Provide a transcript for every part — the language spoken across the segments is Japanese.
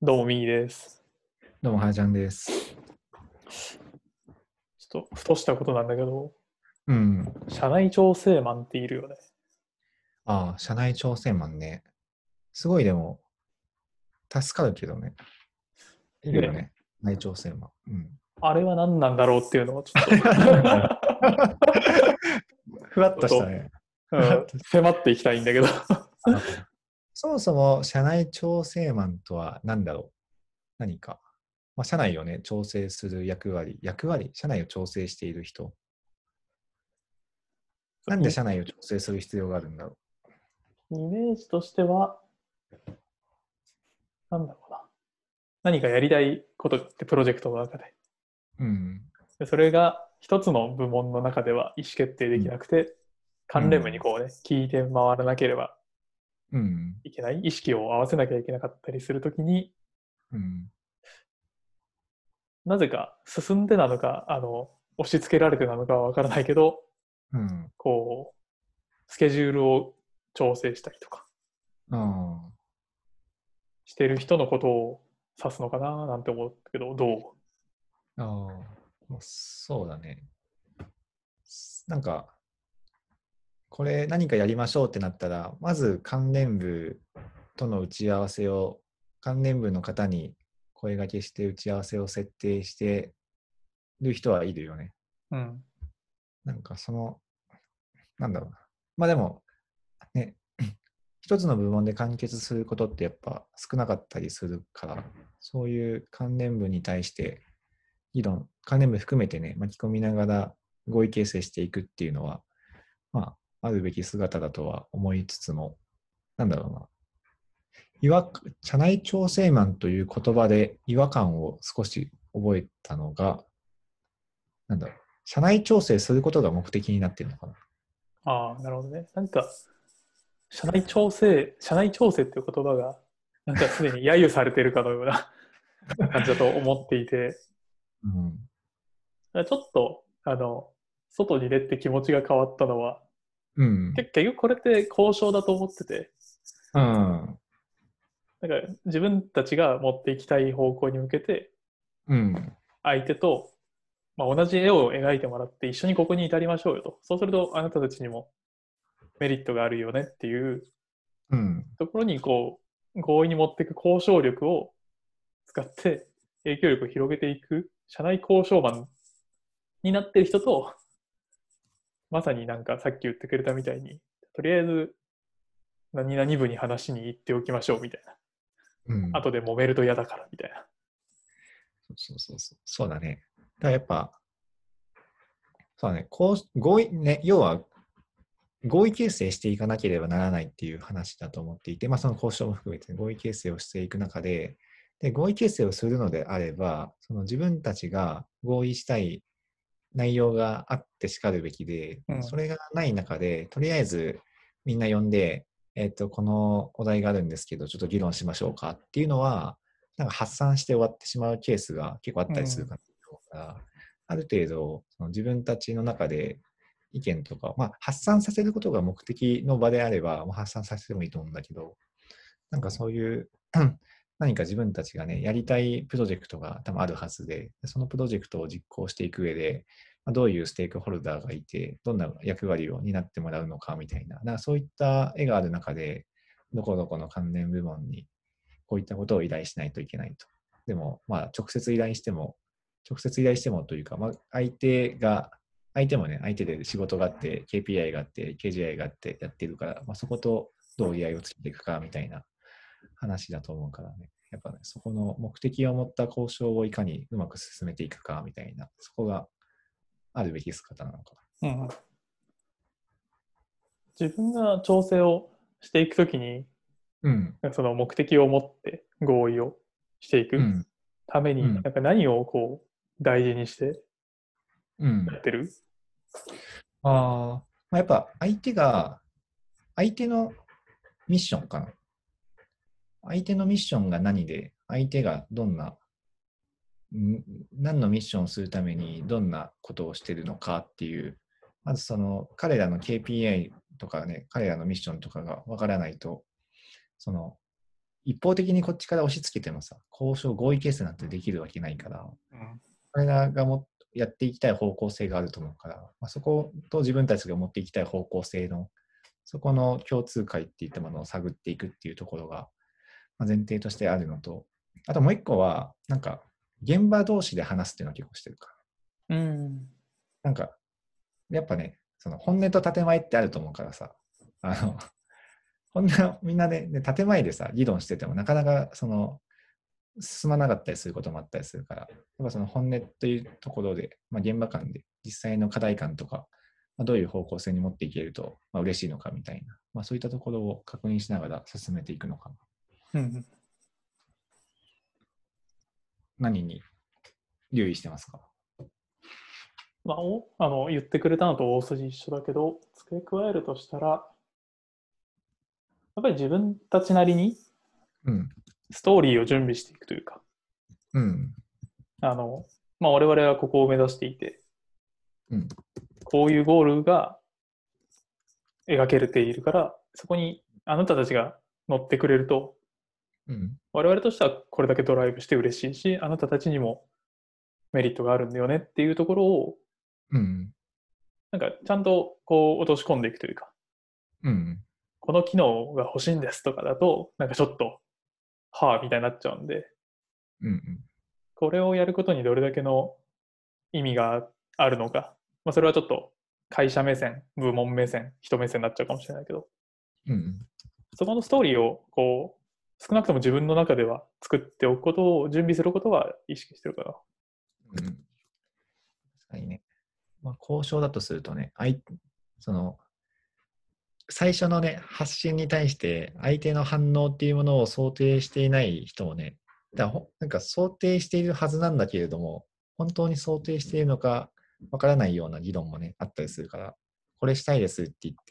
どうもみーです。 どうも、はやちゃんです。 ちょっとふとしたことなんだけど、 うん。 社内調整マンっているよね。 ああ、社内調整マンね。すごいでも、助かるけどね。いるよで、 ね。内調整マン。うん。 あれは何なんだろうっていうのをちょっとなんだろう。ふわっちょっと、 としたね。 うん、 ふわっとし迫っていきたいんだけどたそもそも、社内調整マンとは何だろう。何か。まあ、社内をね、調整する役割、社内を調整している人。なんでイ社内を調整する必要があるんだろイメージとしては、なんだろうな。何かやりたいことってプロジェクトの中で。 う。うん。 でそれが一つの部門の中では意思決定でうん。 きなくて、関連部にうん。 こうね、聞いて回らなければうん。 いけない、意識を合わせなきゃいけなかったりするときに、 うん。 なぜか進んでなのか、押し付けられてなのかはわからないけど、 うん。 こう、スケジュールを調整したりとかああ。 してる人のことを指すのかななんて思うけど、どう？ ああ。そうだね。なんか、これ何かやりましょうってなったら、まず関連部との打ち合わせを、関連部の方に声掛けして打ち合わせを設定してる人はいるよね。 うん。 なんかなんだろうな。まあでも、ね、一つの部門で完結することってやっぱ少なかったりするから、そういう関連部に対して関連部含めてね、巻き込みながら合意形成していくっていうのは、まあ、あるべき姿だとは思いつつも、なんだろうな。社内調整マンという言葉で違和感を少し覚えたのが、なんだろう。社内調整することが目的になっているのかな。 ああ、なるほどね。なんか、社内調整っていう言葉が、なんかすでに揶揄されてるかのような感じだと思っていて、 うん。 ちょっと、外に出て気持ちが変わったのは、 うん。 結局これって交渉だと思ってて、 うん。 なんか自分たちが持っていきたい方向に向けて、 うん。 相手とまあ、同じ絵を描いてもらって一緒にここに至りましょうよと。そうするとあなたたちにもメリットがあるよねっていううん。 ところにこう合意に持っていく交渉力を使って影響力を広げていく社内交渉マンになってる人と、まさになんかさっき言ってくれたみたいに、とりあえず何々部に話しに行っておきましょうみたいな。 うん。 後で揉めると嫌だからみたいな。 そうだね。だからやっぱ、そうだね。合意ね、要は合意形成していかなければならないっていう話だと思っていて、まあ、その交渉も含めて合意形成をしていく中で、合意形成をするのであれば、その自分たちが合意したい内容があってしかるべきで、 うん。 それがない中で、とりあえずみんな呼んで、このお題があるんですけど、ちょっと議論しましょうかっていうのは、なんか発散して終わってしまうケースが結構あったりするうん。 から、ある程度、その自分たちの中で意見とか、まあ、発散させることが目的の場であれば、発散させてもいいと思うんだけど、なんかそういう何か自分たちがね、やりたいプロジェクトが多分あるはずで、そのプロジェクトを実行していく上で、どういうステークホルダーがいて、どんな役割を担ってもらうのかみたいな、なんかそういった絵がある中で、どこどこの関連部門にこういったことを依頼しないといけないと。でも、まあ、直接依頼してもというか、まあ、相手もね、相手で仕事があって、KPI があって、KGI があってやってるから、まあ、そことどう依頼をつけていくかみたいな話だと思うからね。やっぱね、そこの目的を持った交渉をいかにうまく進めていくかみたいな、そこがあるべき姿なのかうん。自分が調整をしていくときに、 な。うん。 その目的を持って合意をしていくうん。 ために、 うん。 なんか何をこう大事にしてうん。 やってる？ まあ、やっぱ相手のミッションかな。相手のミッションが何で、相手が何のミッションをするためにどんなことをしているのかっていう、まずその彼らの KPI とかね、彼らのミッションとかがわからないと、その一方的にこっちから押し付けてもさ、交渉合意形成なんてできるわけないから、 うん。 彼らがやっていきたい方向性があると思うから、まあ、そこと自分たちが持っていきたい方向性の、そこの共通解っていったものを探っていくっていうところが、まあ、前提としてあるのと、あともう一個は、なんか、現場同士で話すっていうのを結構してるから。 うん。 なんか、やっぱね、その本音と建前ってあると思うからさ、本音をみんなね、建前でさ、議論してても、なかなか進まなかったりすることもあったりするから、やっぱその本音というところで、まあ、現場間で実際の課題感とか、まあ、どういう方向性に持っていけると、まあ、嬉しいのかみたいな、まあ、そういったところを確認しながら進めていくのかな。 うん。 何に留意してますか？ まあ、言ってくれたのと大筋一緒だけど、付け加えるとしたら、やっぱり自分たちなりにうん。 ストーリーを準備していくというか、 うん。 まあ、我々はここを目指していて、 うん。 こういうゴールが描けているから、そこにあなたたちが乗ってくれると、 うん。 我々としてはこれだけドライブして嬉しいし、あなたたちにもメリットがあるんだよねっていうところを、 うん。 なんかちゃんとこう落とし込んでいくというか、 うん。 この機能が欲しいんですとかだと、なんかちょっと、はぁみたいになっちゃうんで、 うん。 これをやることにどれだけの意味があるのか、まあ、それはちょっと会社目線、部門目線、人目線になっちゃうかもしれないけど、 うん。 そこのストーリーをこう少なくとも自分の中では作っておくことを準備することは意識してるかな。 うん。確かにね。まあ、交渉だとするとね、その、最初のね、発信に対して相手の反応っていうものを想定していない人もね、なんか想定しているはずなんだけれども、本当に想定しているのかわからないような議論もね、あったりするから、これしたいですって言って、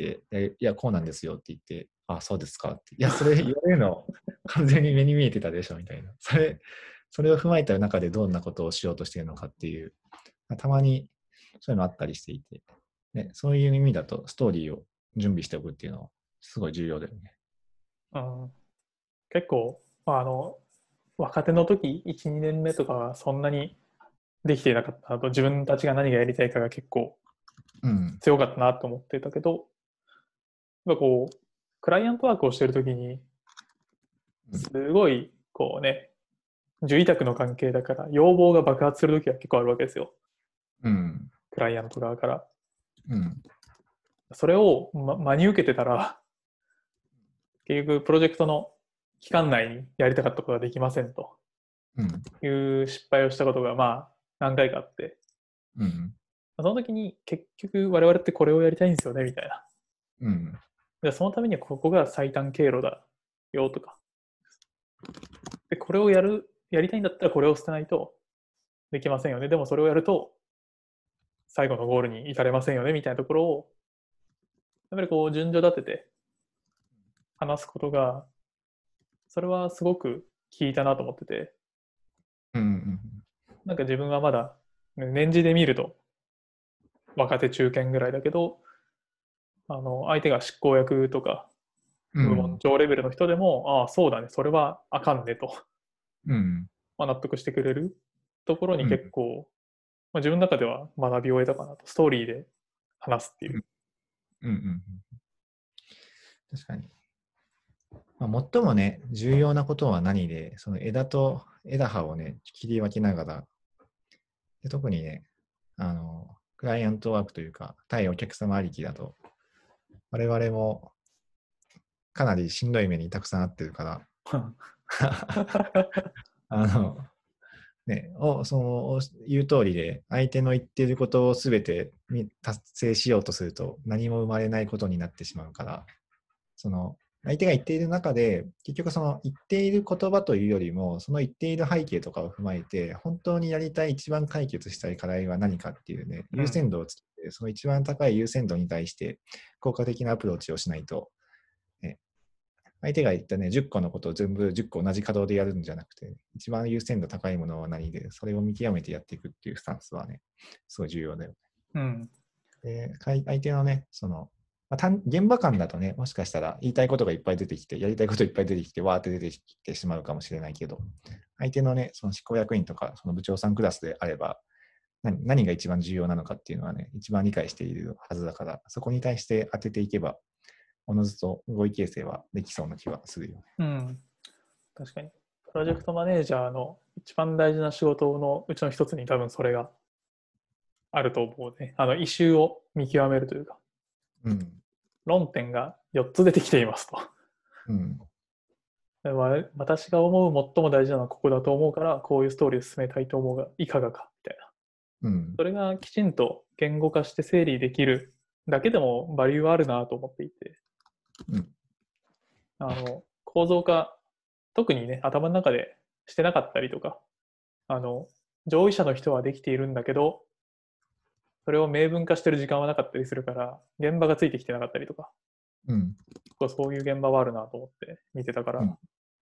いや、こうなんですよって言って、あ、そうですかって、いや、それ言われるの完全に目に見えてたでしょみたいな。それを踏まえた中でどんなことをしようとしているのかっていう、たまにそういうのあったりしていて、ね、そういう意味だとストーリーを準備しておくっていうのはすごい重要だよね。 うん、結構、まあ、若手の時、1、2年目とかはそんなにできていなかったなと、自分たちが何がやりたいかが結構うん。 強かったなと思ってたけど、やっぱこう、クライアントワークをしている時に、すごい、こうね、受委託の関係だから、要望が爆発する時は結構あるわけですよ。 うん。 クライアント側から。 うん。 それを、真に受けてたら、結局プロジェクトの期間内にやりたかったことができませんとうん。 いう失敗をしたことがまあ何回かあって、 うん。 その時に結局我々ってこれをやりたいんですよねみたいな。 うん。 でそのためにはここが最短経路だよとか。で、これをやりたいんだったらこれを捨てないとできませんよね。でもそれをやると最後のゴールに至れませんよねみたいなところを、やっぱりこう順序立てて話すことが、それはすごく効いたなと思ってて、 うん。 なんか自分はまだ年次で見ると若手中堅ぐらいだけど、相手が執行役とか部門うん。 長レベルの人でも、ああ、そうだね、それはあかんねと、 うん。 まあ、納得してくれるところにうん。 結構、まあ、自分の中では学びを得たかなと、ストーリーで話すっていう。 うん。確かに。まあ、最もね、重要なことは何で、その枝と枝葉をね、切り分けながら、で特にね、クライアントワークというか、対お客様ありきだと、我々もかなりしんどい目にたくさんあってるから、あの、言う通りで、相手の言っていることをすべて達成しようとすると、何も生まれないことになってしまうから、相手が言っている中で、結局その言っている言葉というよりも、その言っている背景とかを踏まえて、本当にやりたい、一番解決したい課題は何かっていうね、優うん、 先度をつけて、その一番高い優先度に対して効果的なアプローチをしないと、ね、相手が言ったね、10個のことを全部10個同じ稼働でやるんじゃなくて、一番優先度高いものは何で、それを見極めてやっていくっていうスタンスはね、すごい重要だよね。 うん、 で、相手のね、 現場間だとね、もしかしたら言いたいことがいっぱい出てきて、やりたいこといっぱい出てきて、わーって出てきてしまうかもしれないけど、相手のね、その執行役員とか、その部長さんクラスであれば、何が一番重要なのかっていうのはね、一番理解しているはずだから、そこに対して当てていけば、おのずと合意形成はできそうな気はするよね。 うん。確かに。プロジェクトマネージャーの一番大事な仕事のうちの一つに多分それがあると思うね。イシューを見極めるというか、 うん。 論点が4つ出てきていますと。 うん。 私が思う最も大事なのはここだと思うから、こういうストーリーを進めたいと思うが、いかがかみたいな。 うん。 それがきちんと言語化して整理できるだけでもバリューはあるなと思っていて、 うん。 構造化、特にね、頭の中でしてなかったりとか、上位者の人はできているんだけど、それを明文化してる時間はなかったりするから、現場がついてきてなかったりとか、 うん。 そういう現場はあるなと思って見てたから、 うん。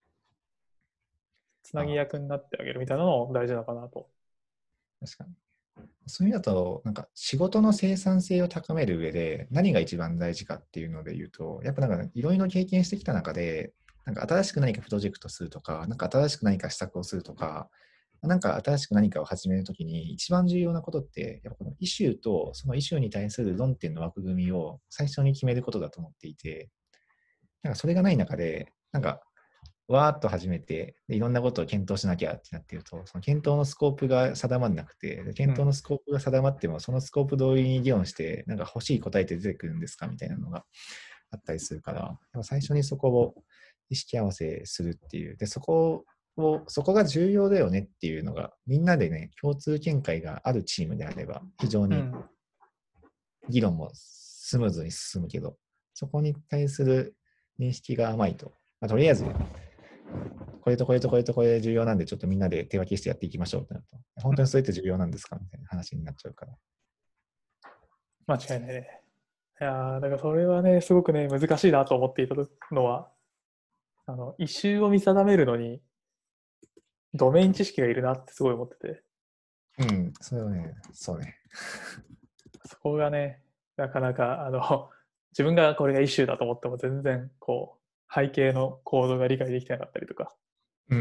つなぎ役になってあげるみたいなのも大事なのかなと。 確かに。そういう意味だと、なんか仕事の生産性を高める上で何が一番大事かっていうので言うと、やっぱなんかいろいろ経験してきた中で、なんか新しく何かプロジェクトするとか、なんか新しく何か施策をするとか、なんか新しく何かを始めるときに一番重要なことって、やっぱこのイシューとそのイシューに対する論点の枠組みを最初に決めることだと思っていて、なんかそれがない中で、なんかわーっと始めてで、いろんなことを検討しなきゃってなっていると、その検討のスコープが定まらなくて、で検討のスコープが定まっても、そのスコープ通りに議論して、なんか欲しい答えって出てくるんですかみたいなのがあったりするから、やっぱ最初にそこを意識合わせするっていう、で、そこが重要だよねっていうのが、みんなでね、共通見解があるチームであれば、非常にうん。 議論もスムーズに進むけど、そこに対する認識が甘いと、とりあえずこれとこれとこれとこれ重要なんで、ちょっとみんなで手分けしてやっていきましょうってなると、本当にそれって重要なんですかみたいな話になっちゃうから。 間違いないね。いやだからそれはね、すごくね、難しいなと思っていたのは、異臭を見定めるのに、ドメイン知識がいるなってすごい思ってて、 うん、それはね、そうね。 そこがね、なかなか、自分がこれがイシューだと思っても全然、背景のコードが理解できてなかったりとか、 うん、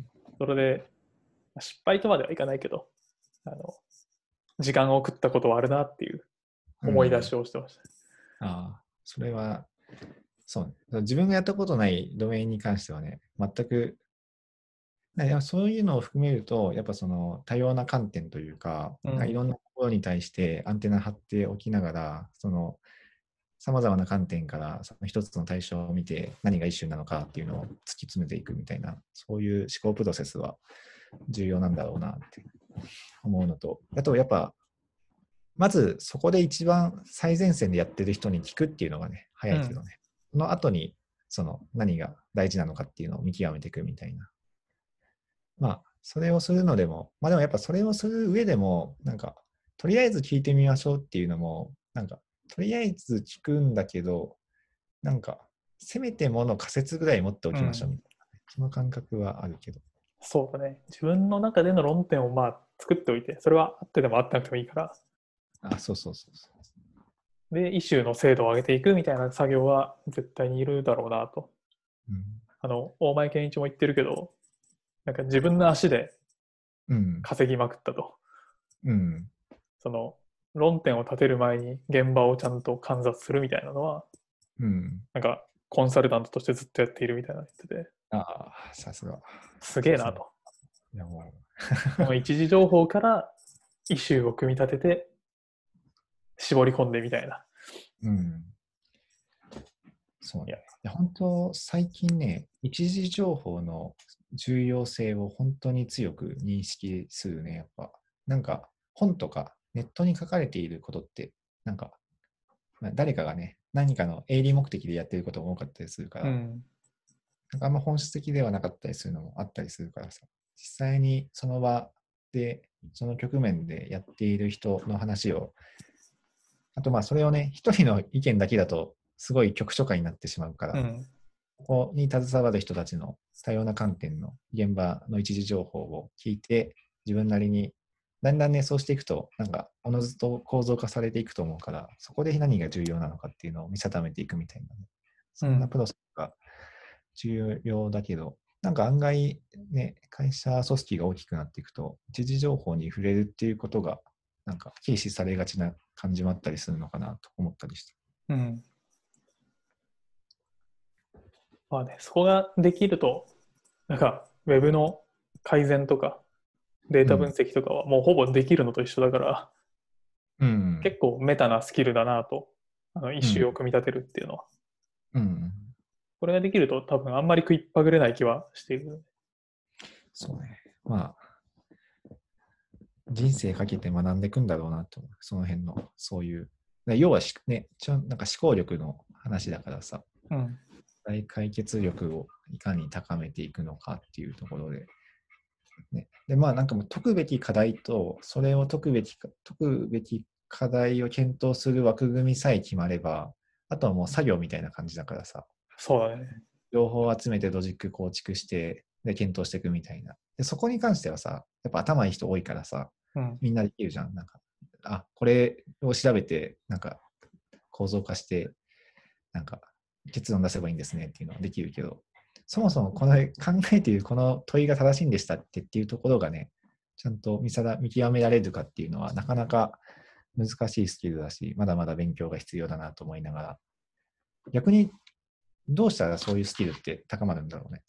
それで、失敗とまではいかないけど、あの、時間を食ったことはあるなっていう思い出うん。 しをしてました。 ああ、それは、そうね。自分がやったことないドメインに関してはね、全く、そういうのを含めると、やっぱその多様な観点というか、 うん。 いろんなところに対してアンテナ張っておきながら、その、さまざまな観点からその一つの対象を見て何がイシューなのかっていうのを突き詰めていくみたいな、そういう思考プロセスは重要なんだろうなって思うのと、あとやっぱ、まずそこで一番最前線でやってる人に聞くっていうのがね、早うん。 いけどね、その後にその何が大事なのかっていうのを見極めていくみたいな。まあ、それをするのでも、まあでもやっぱそれをする上でも、なんか、とりあえず聞いてみましょうっていうのも、なんか、とりあえず聞くんだけど、なんか、せめてもの仮説ぐらい持っておきましょううん。 みたいな、ね。その感覚はあるけど。 そうだね。自分の中での論点を作っておいて、それはあってでもあってなくてもいいから、 あ、そうそうそうそで、イシューの精度を上げていくみたいな作業は絶対にいるだろうなと。 う。 大前健一も言ってるけど、なんか自分の足でうん。 稼ぎまくったと。 うん。 その論点を立てる前に現場をちゃんと観察するみたいなのは、 うん。 なんかコンサルタントとしてずっとやっているみたいなの言ってて、 ああ、さすが。 すげえそうですね。 なと。 いや、もこの一時情報からイシューを組み立てて絞り込んでみたいな。 う、うん。そういや、 ね。いや、本当、最近ね、一時情報の重要性を本当に強く認識するね、やっぱ。なんか、本とかネットに書かれていることって、なんか、誰かがね、何かの営利目的でやっていることが多かったりするから、 うん。 なんかあんま本質的ではなかったりするのもあったりするからさ、実際にその場で、その局面でやっている人の話を、あとまあそれをね、一人の意見だけだと、すごい局所化になってしまうから、 うん。 ここに携わる人たちの多様な観点の現場の一時情報を聞いて、自分なりにだんだんね、そうしていくと、なんか、おのずと構造化されていくと思うから、そこで何が重要なのかっていうのを見定めていくみたいなね、そんなプロセスが重要だけど、なんか案外、ね、会社組織が大きくなっていくと、一時情報に触れるっていうことが、なんか、軽視されがちな感じもあったりするのかなと思ったりした。 うん。まあね、そこができると、なんか、ウェブの改善とか、データ分析とかはもうほぼできるのと一緒だから、 うん。 結構メタなスキルだなと、イうん。 シューを組み立てるっていうのは。 うん。 これができると多分あんまり食いっぱぐれない気はしている。 そうね。まあ、人生かけて学んでいくんだろうなと思う。その辺の、そういう。要はね、なんか思考力の話だからさ、 うん。 解決力をいかに高めていくのかっていうところで。ね、で、まあなんかもう解くべき課題と、それを解くべき課題を検討する枠組みさえ決まれば、あとはもう作業みたいな感じだからさ、 そうだね。 情報を集めてロジック構築して、で、検討していくみたいな。で、そこに関してはさ、やっぱ頭いい人多いからさ、 うん。 みんなできるじゃん。なんか、あ、これを調べて、なんか構造化して、なんか結論出せばいいんですねっていうのはできるけど、そもそもこの考えているこの問いが正しいんでしたっていうところがね、ちゃんと見極められるかっていうのはなかなか難しいスキルだし、まだまだ勉強が必要だなと思いながら、逆にどうしたらそういうスキルって高まるんだろうね。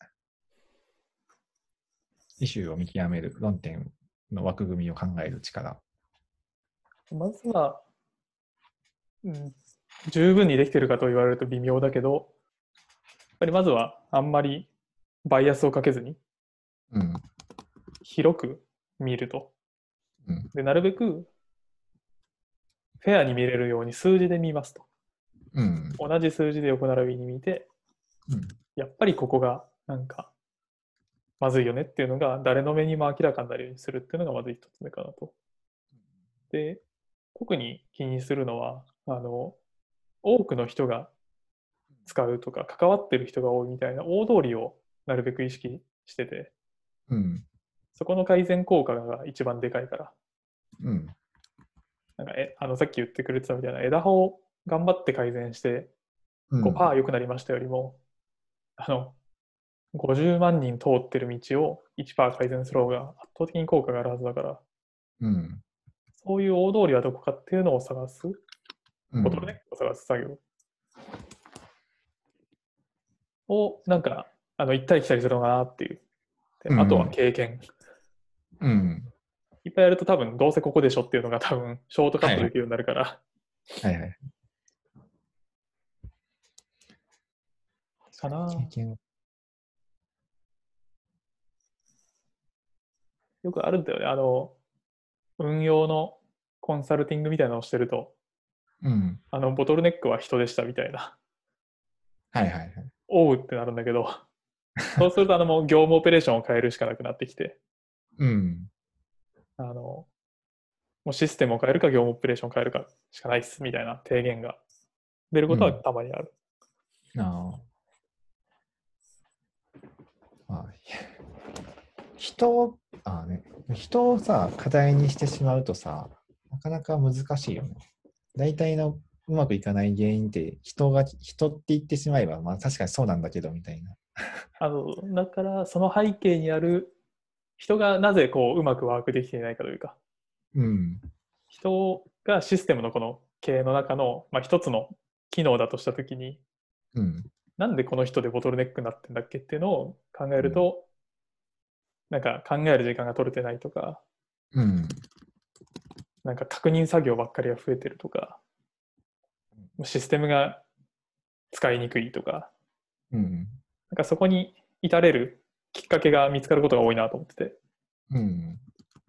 イシューを見極める、論点の枠組みを考える力。 まずは、うん、十分にできてるかと言われると微妙だけど、やっぱりまずはあんまりバイアスをかけずにうん。 広く見ると。 うん。 で、なるべくフェアに見れるように数字で見ますと。 うん。 同じ数字で横並びに見て、 うん。 やっぱりここがなんかまずいよねっていうのが誰の目にも明らかになるようにするっていうのがまず一つ目かなと。で、特に気にするのは、多くの人が使うとか関わってる人が多いみたいな大通りをなるべく意識してて、 うん。 そこの改善効果が一番でかいから、 うん。 なんかさっき言ってくれてたみたいな枝葉を頑張って改善してうん。 5%良くなりましたよりも、50万人通ってる道を1%改善する方が圧倒的に効果があるはずだから、 うん。 そういう大通りはどこかっていうのを探す、ボトルネッうん。 クを探す作業をなんか行ったり来たりするのかなっていう。であとは経験。 うん。 いっぱいやると多分どうせここでしょっていうのが多分ショートカットできるようになるから、 はいはい。 かな。 経験。 よくあるんだよね。運用のコンサルティングみたいなのをしてると、 うん。 ボトルネックは人でしたみたいな、 はいはいはい。 おうってなるんだけど、そうするともう業務オペレーションを変えるしかなくなってきて、 うん。 もうシステムを変えるか業務オペレーションを変えるかしかないっすみたいな提言が出ることはうん。 たまにある。 ああ。まあ、人を、人をさ、課題にしてしまうとさ、なかなか難しいよね。大体のうまくいかない原因って人って言ってしまえば、まあ確かにそうなんだけど、みたいな。 だからその背景にある人がなぜこううまくワークできていないかというか、 うん。 人がシステムのこの経営の中の、まあ、一つの機能だとしたときに、 うん。 なんでこの人でボトルネックになってんだっけっていうのを考えうん。 ると、なんか考える時間が取れてないとか、 うん。 なんか確認作業ばっかりが増えてるとか、システムが使いにくいとか、 うん。 なんかそこに至れるきっかけが見つかることが多いなと思ってて。 うん。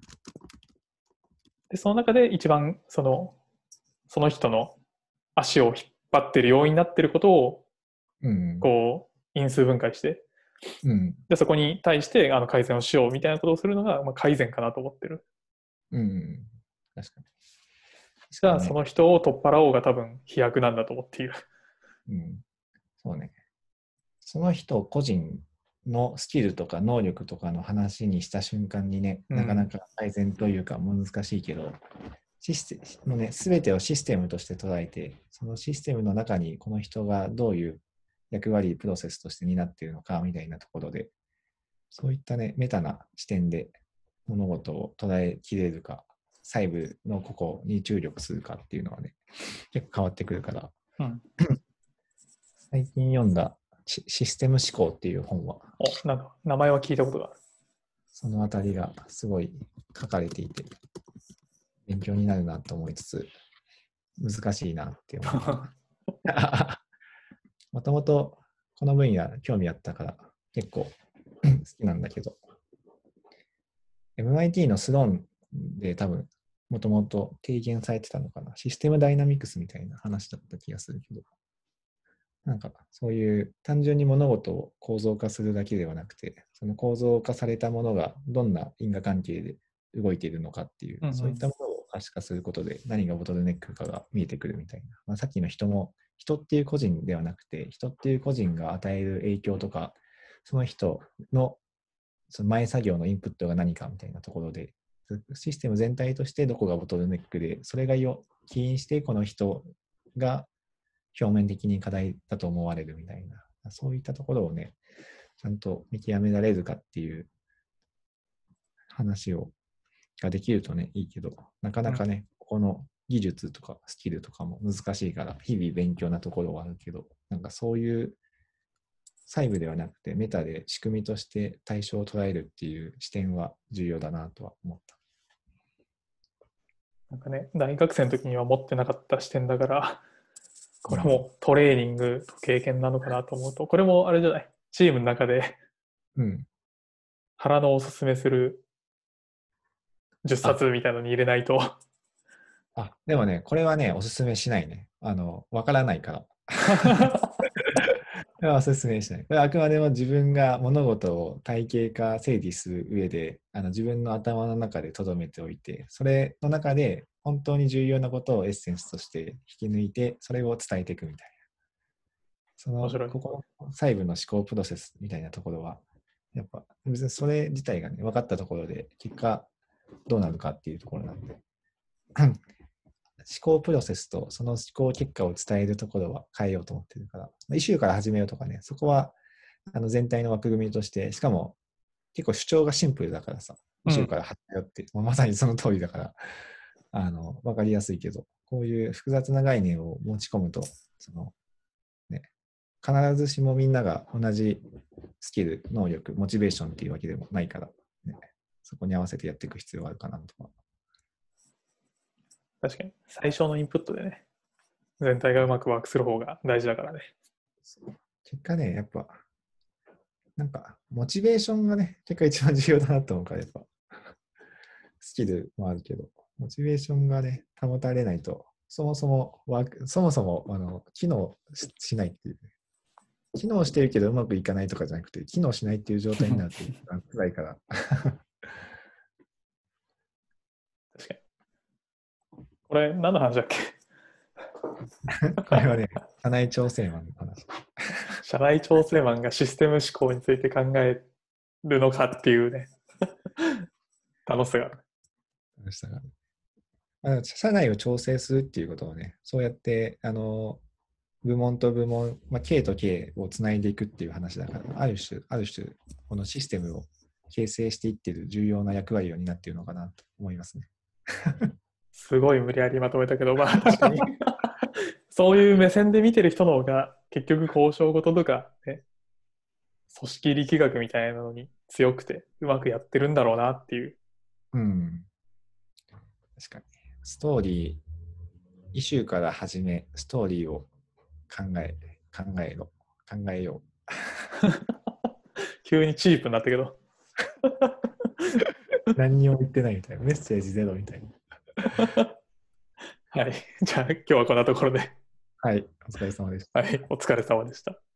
で、その中で一番その人の足を引っ張ってる要因になってることを、 うん。 こう、因数分解して、 うん。 で、そこに対して改善をしようみたいなことをするのが、まあ、改善かなと思ってる。 うん。確かに。確じゃあ、そかにね。 の人を取っ払おうが多分飛躍なんだと思っている。 うん。そうね。その人個人のスキルとか能力とかの話にした瞬間にね、なかなか改善というか難しいけど、システムのね、全てをシステムとして捉えて、そのシステムの中にこの人がどういう役割、プロセスとして担っているのかみたいなところで、そういったね、メタな視点で物事を捉えきれるか、細部のここに注力するかっていうのはね、結構変わってくるから、最近読んだシステム思考っていう本は、 なんか名前は聞いたことがある。 そのあたりがすごい書かれていて、勉強になるなと思いつつ、難しいなって思う。もともとこの分野興味あったから結構好きなんだけど、MIT のスローンで多分もともと提言されてたのかな。システムダイナミクスみたいな話だった気がするけど、なんかそういう単純に物事を構造化するだけではなくて、その構造化されたものがどんな因果関係で動いているのかっていう、そういったものを可視化することで何がボトルネックかが見えてくるみたいな。さっきの人っていう個人ではなくて、人っていう個人が与える影響とか、その人のその前作業のインプットが何かみたいなところで、システム全体としてどこがボトルネックで、それが起因してこの人が表面的に課題だと思われるみたいな、そういったところをね、ちゃんと見極められるかっていう話ができるとね、いいけど、なかなかね、ここの技術とかスキルとかも難しいから、日々勉強なところはあるけど、なんかそういう細部ではなくて、メタで仕組みとして対象を捉えるっていう視点は重要だなとは思った。 なんかね、大学生の時には持ってなかった視点だから、これもトレーニングと経験なのかなと思うと、これもあれじゃない、チームの中で、原のおすすめする10冊みたいなのに入れないと。 でもね、これはね、おすすめしないね。わからないから。おすすめしない。これはあくまでも自分が物事を体系化、整理する上で、自分の頭の中で留めておいて、それの中で本当に重要なことをエッセンスとして引き抜いて、それを伝えていくみたいな。ここの細部の思考プロセスみたいなところは、やっぱ別にそれ自体がね、分かったところで、結果どうなるかっていうところなんで。思考プロセスとその思考結果を伝えるところは変えようと思ってるから、イシューから始めようとかね、そこは全体の枠組みとして、しかも結構主張がシンプルだからさ、イシューから始めようって、まさにその通りだから、わかりやすいけど、こういう複雑な概念を持ち込むと、必ずしもみんなが同じスキル、能力、モチベーションっていうわけでもないから、そこに合わせてやっていく必要があるかなとか。 確かに、最初のインプットでね、全体がうまくワークする方が大事だからね。 結果ね、やっぱ、なんか、モチベーションがね、結果一番重要だなと思うから、やっぱ、スキルもあるけど、モチベーションがね、保たれないと、そもそも機能しないっていう、機能してるけどうまくいかないとかじゃなくて、機能しないっていう状態になると辛いから。 確かに。これ、何の話だっけ？ これはね、社内調整マンの話。 社内調整マンがシステム思考について考えるのかっていうね、楽しさがある。 社内を調整するっていうことをね、そうやって、部門と部門、K と K をつないでいくっていう話だから、ある種、このシステムを形成していっている重要な役割を担っているのかなと思いますね。 すごい無理やりまとめたけど、確かにそういう目線で見てる人の方が結局交渉事とか、ね、組織力学みたいなのに強くてうまくやってるんだろうなっていう。 確かに。ストーリー、イシューから始め、ストーリーを考えよう。 急にチープになったけど。 何にも言ってないみたいな。メッセージゼロみたいな。 はい。じゃあ今日はこんなところで。 はい。お疲れ様でした。 はい。お疲れ様でした。